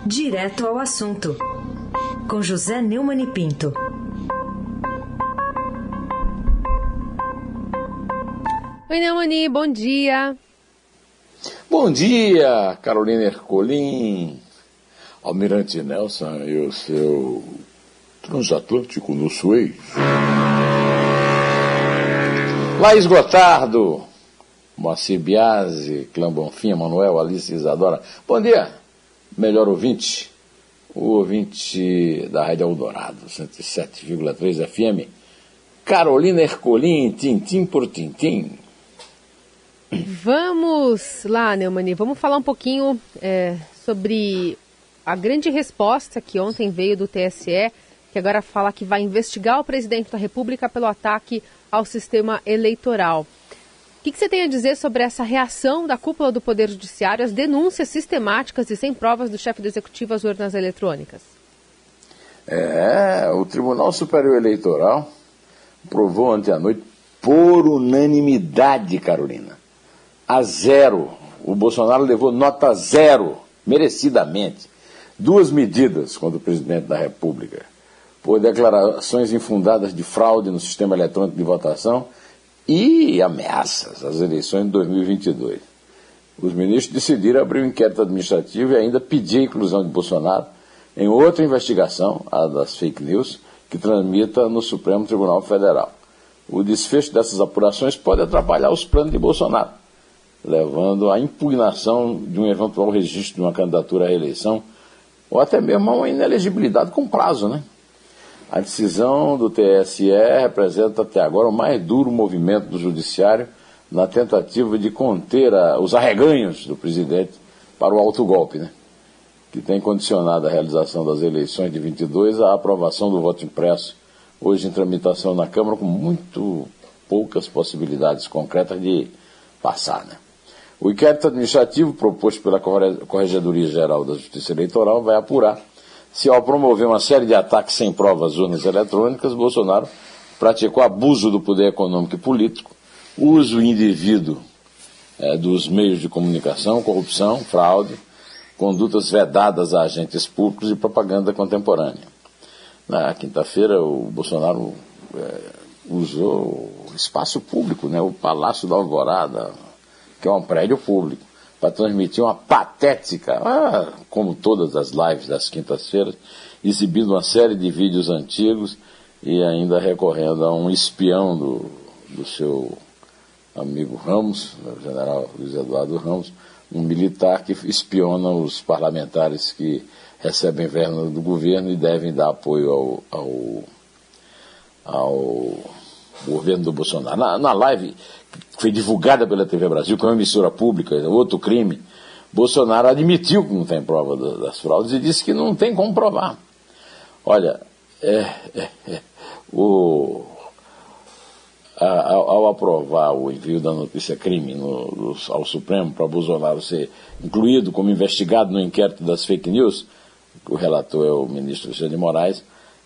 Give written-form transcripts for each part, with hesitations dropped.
Direto ao assunto, com José Neumann e Pinto. Oi, Neumann, bom dia. Bom dia, Carolina Ercolim, Almirante Nelson e o seu transatlântico no Suez. Laís Gotardo, Moacir Biasi, Clã Bonfim, Manuel, Alice Isadora. Bom dia, melhor ouvinte, o ouvinte da Rádio Eldorado, 107,3 FM. Carolina Ercolim, tintim por tintim. Vamos lá, Neumann, vamos falar um pouquinho sobre a grande resposta que ontem veio do TSE, que agora fala que vai investigar o presidente da República pelo ataque ao sistema eleitoral. O que você tem a dizer sobre essa reação da cúpula do Poder Judiciário às denúncias sistemáticas e sem provas do chefe do Executivo às urnas eletrônicas? O Tribunal Superior Eleitoral provou ontem à noite, por unanimidade, Carolina, a 0. O Bolsonaro levou nota 0, merecidamente. 2 medidas contra o presidente da República, por declarações infundadas de fraude no sistema eletrônico de votação e ameaças às eleições de 2022. Os ministros decidiram abrir um inquérito administrativo e ainda pedir a inclusão de Bolsonaro em outra investigação, a das fake news, que transmita no Supremo Tribunal Federal. O desfecho dessas apurações pode atrapalhar os planos de Bolsonaro, levando à impugnação de um eventual registro de uma candidatura à reeleição, ou até mesmo a uma inelegibilidade com prazo, né? A decisão do TSE representa até agora o mais duro movimento do Judiciário na tentativa de conter os arreganhos do presidente para o autogolpe, né? Que tem condicionado a realização das eleições de 22 à aprovação do voto impresso, hoje em tramitação na Câmara, com muito poucas possibilidades concretas de passar, né? O inquérito administrativo proposto pela Corregedoria Geral da Justiça Eleitoral vai apurar se, ao promover uma série de ataques sem provas às urnas eletrônicas, Bolsonaro praticou abuso do poder econômico e político, uso indevido dos meios de comunicação, corrupção, fraude, condutas vedadas a agentes públicos e propaganda contemporânea. Na quinta-feira, o Bolsonaro usou o espaço público, né, o Palácio da Alvorada, que é um prédio público, para transmitir uma patética, como todas as lives das quintas-feiras, exibindo uma série de vídeos antigos e ainda recorrendo a um espião do seu amigo Ramos, o general Luiz Eduardo Ramos, um militar que espiona os parlamentares que recebem verba do governo e devem dar apoio ao governo do Bolsonaro. Na live que foi divulgada pela TV Brasil, que é uma emissora pública, outro crime, Bolsonaro admitiu que não tem prova das fraudes e disse que não tem como provar. Olha, ao aprovar o envio da notícia crime ao Supremo para Bolsonaro ser incluído como investigado no inquérito das fake news, o relator é o ministro Alexandre de Moraes,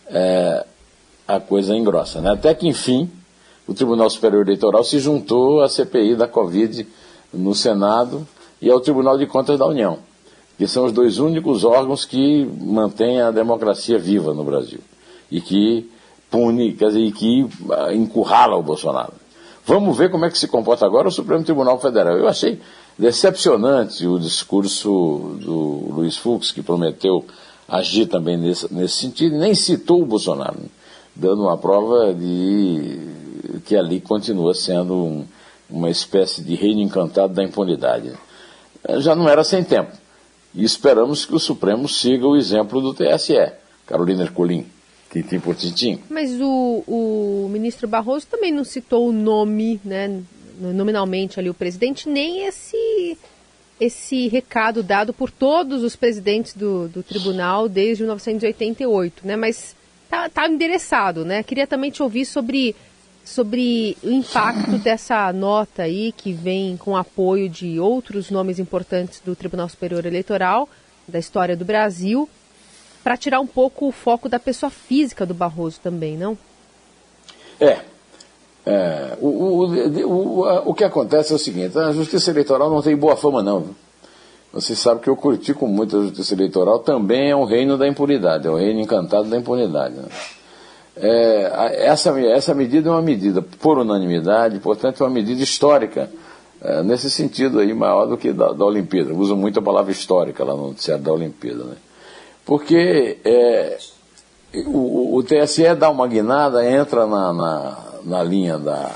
a coisa engrossa, né? Até que, enfim, o Tribunal Superior Eleitoral se juntou à CPI da Covid no Senado e ao Tribunal de Contas da União, que são os dois únicos órgãos que mantêm a democracia viva no Brasil e que pune, quer dizer, e que encurrala o Bolsonaro. Vamos ver como é que se comporta agora o Supremo Tribunal Federal. Eu achei decepcionante o discurso do Luiz Fux, que prometeu agir também nesse sentido, e nem citou o Bolsonaro, né? Dando uma prova de que ali continua sendo uma espécie de reino encantado da impunidade. Já não era sem tempo. E esperamos que o Supremo siga o exemplo do TSE. Carolina Ercolim, tintim por tintim. Mas o ministro Barroso também não citou o nome, né, nominalmente ali, o presidente, nem esse recado dado por todos os presidentes do tribunal desde 1988, né? Mas tá endereçado, né? Queria também te ouvir sobre o impacto dessa nota aí, que vem com apoio de outros nomes importantes do Tribunal Superior Eleitoral, da história do Brasil, para tirar um pouco o foco da pessoa física do Barroso também, não? O que acontece é o seguinte: a Justiça Eleitoral não tem boa fama, não. Você sabe que eu critico muito a justiça eleitoral, também é um reino da impunidade, é o reino encantado da impunidade. Né? Essa medida é uma medida por unanimidade, portanto é uma medida histórica, nesse sentido aí maior do que da Olimpíada. Eu uso muito a palavra histórica lá no noticiário da Olimpíada. Né? Porque o TSE dá uma guinada, entra na linha da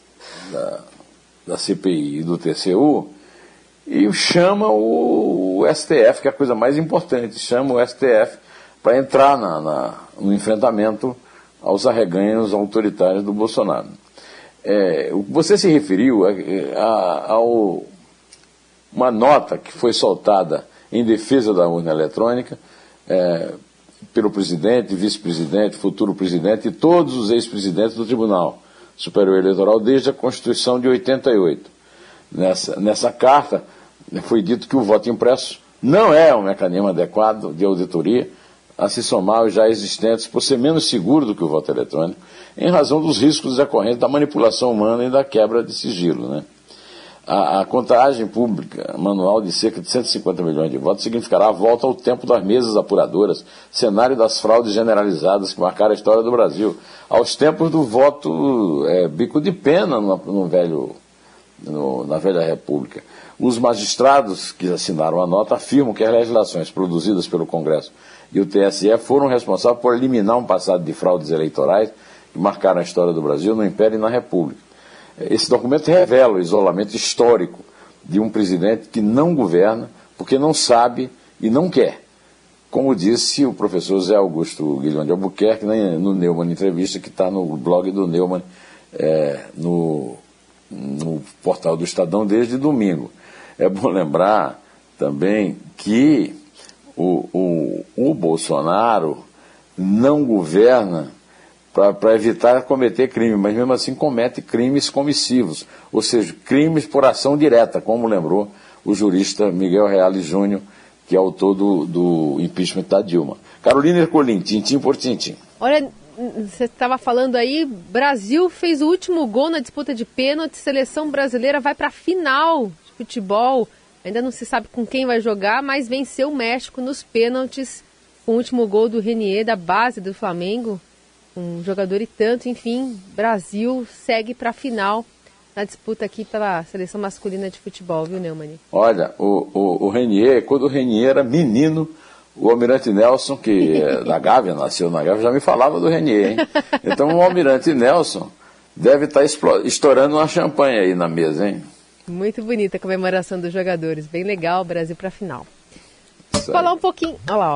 CPI e do TCU e chama o STF, que é a coisa mais importante, chama o STF para entrar no enfrentamento aos arreganhos autoritários do Bolsonaro. Você se referiu a uma nota que foi soltada em defesa da urna eletrônica pelo presidente, vice-presidente, futuro presidente e todos os ex-presidentes do Tribunal Superior Eleitoral desde a Constituição de 88. Nessa carta foi dito que o voto impresso não é um mecanismo adequado de auditoria a se somar aos já existentes por ser menos seguro do que o voto eletrônico, em razão dos riscos decorrentes da manipulação humana e da quebra de sigilo. Né? A contagem pública manual de cerca de 150 milhões de votos significará a volta ao tempo das mesas apuradoras, cenário das fraudes generalizadas que marcaram a história do Brasil, aos tempos do voto bico de pena na velha República. Os magistrados que assinaram a nota afirmam que as legislações produzidas pelo Congresso e o TSE foram responsáveis por eliminar um passado de fraudes eleitorais que marcaram a história do Brasil no Império e na República. Esse documento revela o isolamento histórico de um presidente que não governa porque não sabe e não quer. Como disse o professor Zé Augusto Guilhom de Albuquerque no Neumann Entrevista, que está no blog do Neumann, no portal do Estadão desde domingo. É bom lembrar também que o Bolsonaro não governa para evitar cometer crime, mas mesmo assim comete crimes comissivos, ou seja, crimes por ação direta, como lembrou o jurista Miguel Reale Júnior, que é autor do impeachment da Dilma. Carolina Ercolim, tintim por tintim. Olha, você estava falando aí, Brasil fez o último gol na disputa de pênalti, seleção brasileira vai para a final de futebol, ainda não se sabe com quem vai jogar, mas venceu o México nos pênaltis, com o último gol do Renier, da base do Flamengo, um jogador e tanto, enfim, Brasil segue para a final na disputa aqui pela seleção masculina de futebol, viu, Neumann? Olha, o Renier, quando o Renier era menino, o Almirante Nelson, que é da Gávea, nasceu na Gávea, já me falava do Renier, hein? Então o Almirante Nelson deve estar estourando uma champanhe aí na mesa, hein? Muito bonita a comemoração dos jogadores, bem legal, Brasil para a final. Vou falar um pouquinho, olha lá, ó.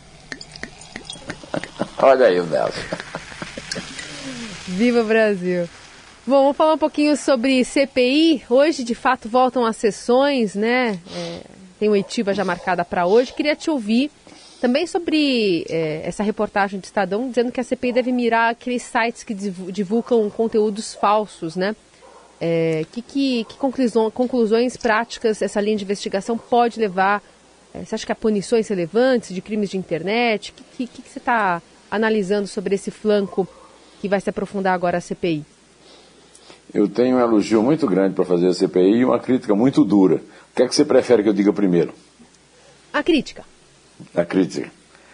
Olha aí o Nelson. Viva o Brasil! Bom, vamos falar um pouquinho sobre CPI. Hoje, de fato, voltam as sessões, né? Tem oitiva já marcada para hoje. Queria te ouvir também sobre essa reportagem do Estadão, dizendo que a CPI deve mirar aqueles sites que divulgam conteúdos falsos, né? Que conclusões práticas essa linha de investigação pode levar? Você acha que há punições relevantes de crimes de internet? O que você está analisando sobre esse flanco que vai se aprofundar agora a CPI? Eu tenho um elogio muito grande para fazer a CPI e uma crítica muito dura. O que é que você prefere que eu diga primeiro? A crítica. A crítica.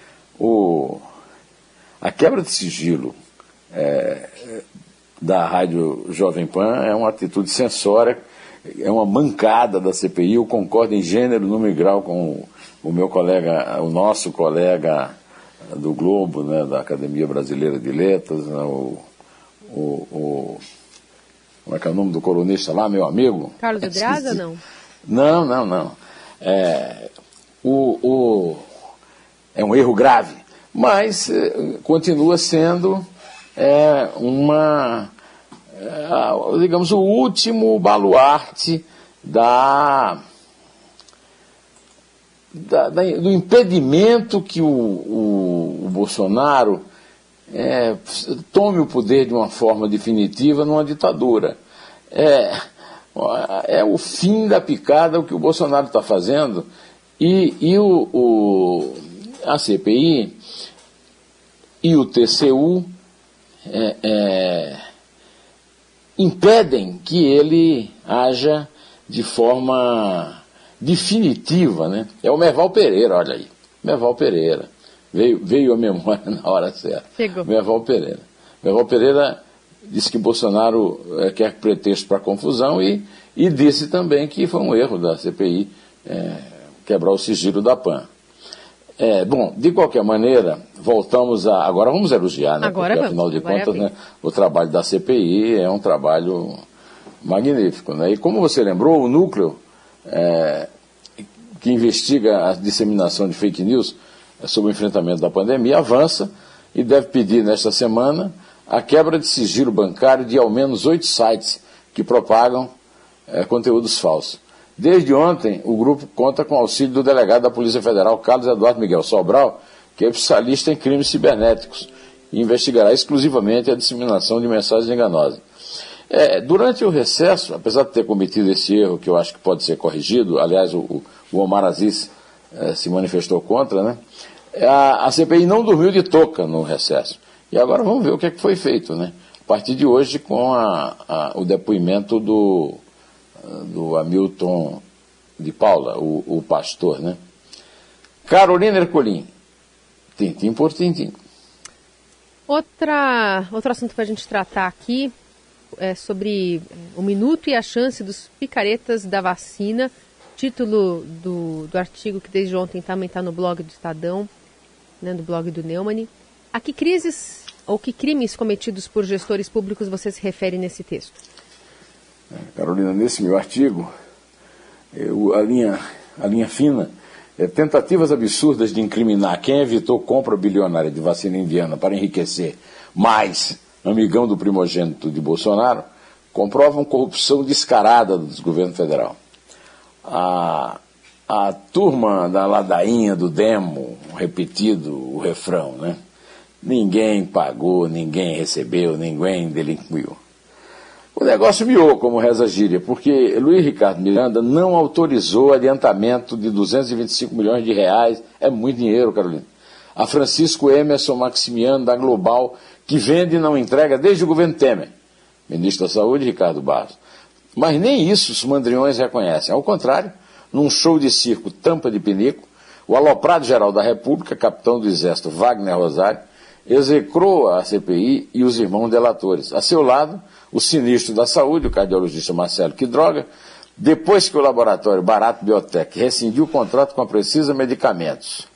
A quebra de sigilo da Rádio Jovem Pan é uma atitude censória, é uma mancada da CPI. Eu concordo em gênero, número e grau com o meu colega, o nosso colega do Globo, né, da Academia Brasileira de Letras, né, como é que é o nome do colunista lá, meu amigo? Carlos Draga, não? Não. É um erro grave, mas continua sendo digamos, o último baluarte do impedimento que o Bolsonaro tome o poder de uma forma definitiva numa ditadura. É o fim da picada o que o Bolsonaro está fazendo e a CPI e o TCU impedem que ele haja de forma definitiva, né? É o Merval Pereira, olha aí. Merval Pereira. Veio a memória na hora certa. Chegou. Merval Pereira. Merval Pereira disse que Bolsonaro quer pretexto para confusão e disse também que foi um erro da CPI quebrar o sigilo da PAN. Bom, de qualquer maneira, voltamos a... Agora vamos elogiar, né? Agora porque, vamos. afinal de contas, né, o trabalho da CPI é um trabalho magnífico, né? E como você lembrou, o núcleo que investiga a disseminação de fake news sobre o enfrentamento da pandemia avança e deve pedir nesta semana a quebra de sigilo bancário de ao menos 8 sites que propagam conteúdos falsos. Desde ontem, o grupo conta com o auxílio do delegado da Polícia Federal, Carlos Eduardo Miguel Sobral, que é especialista em crimes cibernéticos e investigará exclusivamente a disseminação de mensagens enganosas. Durante o recesso, apesar de ter cometido esse erro, que eu acho que pode ser corrigido, aliás, o Omar Aziz se manifestou contra, né? A CPI não dormiu de touca no recesso. E agora vamos ver o que foi feito, né? A partir de hoje, com o depoimento do Hamilton de Paula, o pastor, né? Carolina Ercolim, tintim por tintim. Outro assunto para a gente tratar aqui é sobre o minuto e a chance dos picaretas da vacina. Título do artigo que desde ontem também está no blog do Estadão, né, do blog do Neumann. A que crises ou que crimes cometidos por gestores públicos você se refere nesse texto? Carolina, nesse meu artigo, a linha fina é tentativas absurdas de incriminar quem evitou compra bilionária de vacina indiana para enriquecer, mais amigão do primogênito de Bolsonaro, comprovam corrupção descarada do governo federal. A turma da ladainha do demo, repetido o refrão, né? Ninguém pagou, ninguém recebeu, ninguém delinquiu. O negócio miou, como reza a gíria, porque Luiz Ricardo Miranda não autorizou adiantamento de 225 milhões de reais, é muito dinheiro, Carolina, a Francisco Emerson Maximiano da Global, que vende e não entrega desde o governo Temer, ministro da Saúde, Ricardo Barros. Mas nem isso os mandriões reconhecem. Ao contrário, num show de circo tampa de pinico, o aloprado-geral da República, capitão do Exército Wagner Rosário, execrou a CPI e os irmãos delatores. A seu lado, o sinistro da saúde, o cardiologista Marcelo Quidroga, depois que o laboratório Barato Biotech rescindiu o contrato com a Precisa Medicamentos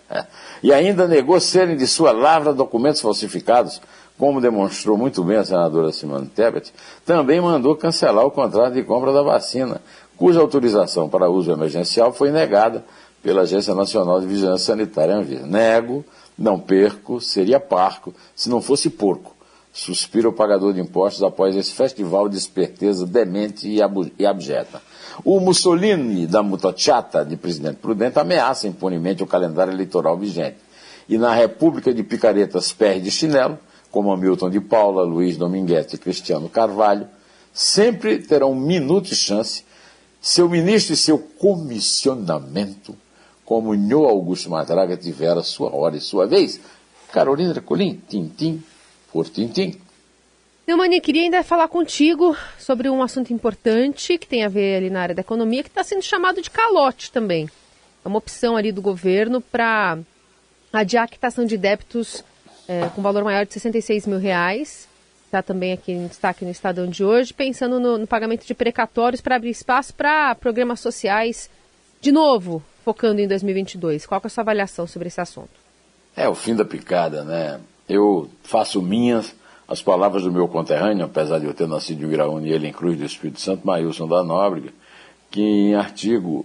e ainda negou serem de sua lavra documentos falsificados, como demonstrou muito bem a senadora Simone Tebet, também mandou cancelar o contrato de compra da vacina, cuja autorização para uso emergencial foi negada pela Agência Nacional de Vigilância Sanitária Anvisa. Nego, não perco, seria parco, se não fosse porco. Suspira o pagador de impostos após esse festival de esperteza demente e abjeta. O Mussolini da Mutociata, de Presidente Prudente, ameaça impunemente o calendário eleitoral vigente. E na República de Picaretas Pé de Chinelo, como Hamilton de Paula, Luiz Dominguete e Cristiano Carvalho, sempre terão um minuto de chance seu ministro e seu comissionamento, como Nhô Augusto Matraga tivera sua hora e sua vez. Carolina Ercolim, tintim por tintim. Neumann, queria ainda falar contigo sobre um assunto importante que tem a ver ali na área da economia, que está sendo chamado de calote também. É uma opção ali do governo para adiar a quitação de débitos com valor maior de R$66 mil. Está também aqui em destaque no Estadão de hoje, pensando no pagamento de precatórios para abrir espaço para programas sociais, de novo, focando em 2022. Qual que é a sua avaliação sobre esse assunto? É o fim da picada, né? Eu faço minhas as palavras do meu conterrâneo, apesar de eu ter nascido em Viraúna e ele em Cruz do Espírito Santo, Maílson da Nóbrega, que em artigo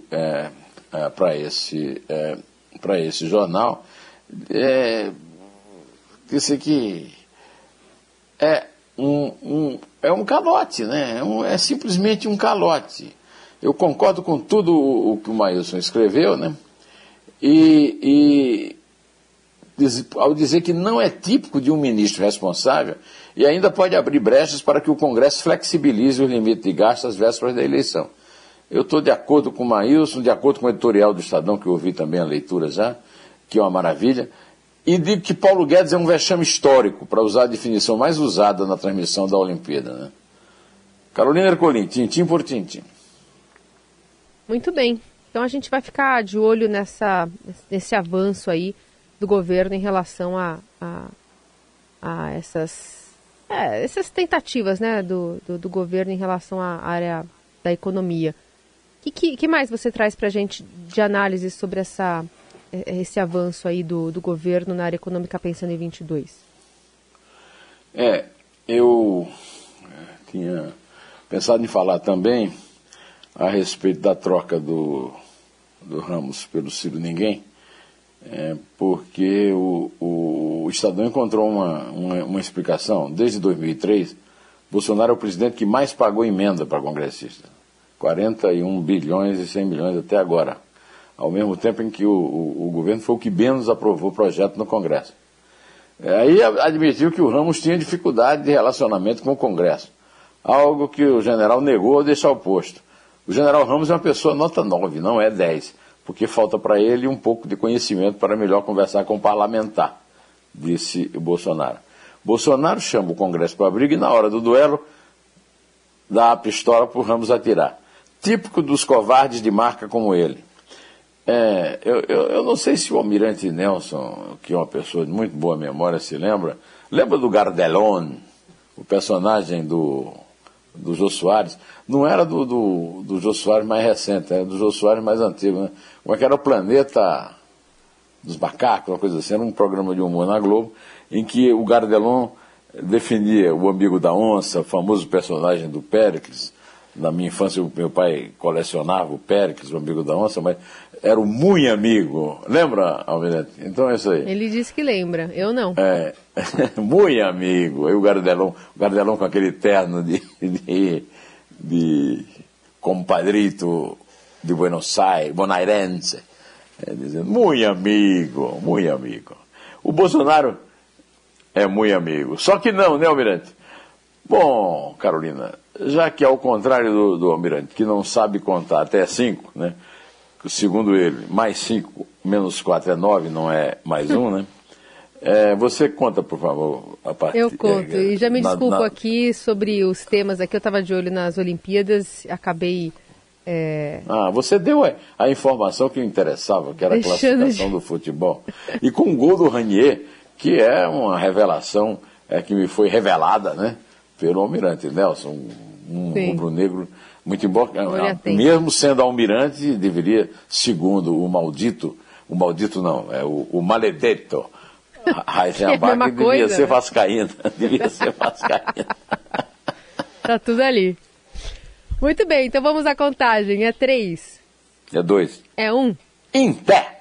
para esse jornal disse que é um calote, né? É simplesmente um calote. Eu concordo com tudo o que o Maílson escreveu, né? Ao dizer que não é típico de um ministro responsável e ainda pode abrir brechas para que o Congresso flexibilize o limite de gastos às vésperas da eleição. Eu estou de acordo com o Maílson, de acordo com o editorial do Estadão, que eu ouvi também a leitura já, que é uma maravilha, e digo que Paulo Guedes é um vexame histórico, para usar a definição mais usada na transmissão da Olimpíada, né? Carolina Ercolim, tintim por tintim. Muito bem. Então a gente vai ficar de olho nesse avanço aí do governo em relação a essas tentativas, né, do governo em relação à área da economia. Que mais você traz para a gente de análise sobre esse avanço aí do governo na área econômica pensando em 22? Eu tinha pensado em falar também a respeito da troca do Ramos pelo Ciro Ninguém, porque o Estadão encontrou uma explicação. Desde 2003, Bolsonaro é o presidente que mais pagou emenda para congressistas. 41 bilhões e 100 milhões até agora. Ao mesmo tempo em que o governo foi o que menos aprovou o projeto no Congresso. Aí admitiu que o Ramos tinha dificuldade de relacionamento com o Congresso. Algo que o general negou ao deixar o posto. O general Ramos é uma pessoa nota 9, não é 10, porque falta para ele um pouco de conhecimento para melhor conversar com o parlamentar, disse o Bolsonaro. Bolsonaro chama o Congresso para a briga e na hora do duelo dá a pistola para o Ramos atirar. Típico dos covardes de marca como ele. Eu não sei se o almirante Nelson, que é uma pessoa de muito boa memória, se lembra. Lembra do Gardelon, o personagem do Jô Soares? Não era do Jô Soares mais recente, era do Jô Soares mais antigo, né? Como é que era o Planeta dos Macacos, uma coisa assim. Era um programa de humor na Globo, em que o Gardelon defendia o amigo da onça, o famoso personagem do Péricles. Na minha infância, o meu pai colecionava o Péricles, o amigo da onça, mas era o muito amigo. Lembra, Almirante? Então é isso aí. Ele disse que lembra, eu não. Muito amigo. Aí o Gardelon com aquele terno de compadrito de Buenos Aires, bonairense, dizendo, muito amigo, muito amigo. O Bolsonaro é muito amigo. Só que não, né, Almirante? Bom, Carolina, já que ao contrário do Almirante, que não sabe contar até 5, né? Segundo ele, mais 5 menos 4 é 9, não é mais 1, né? Você conta, por favor, a parte. Eu conto, e já me desculpo aqui sobre os temas aqui, eu estava de olho nas Olimpíadas, acabei... Você deu a informação que me interessava, que era a classificação do futebol. E com o gol do Ranier, que é uma revelação que me foi revelada, né? Pelo almirante Nelson, um rubro-negro, muito embora, mesmo sendo almirante, deveria, segundo o maldito não, o maledetto, Heisenberg, devia ser vascaíno, Tá tudo ali. Muito bem, então vamos à contagem, é 3. É 2. É 1. Em pé.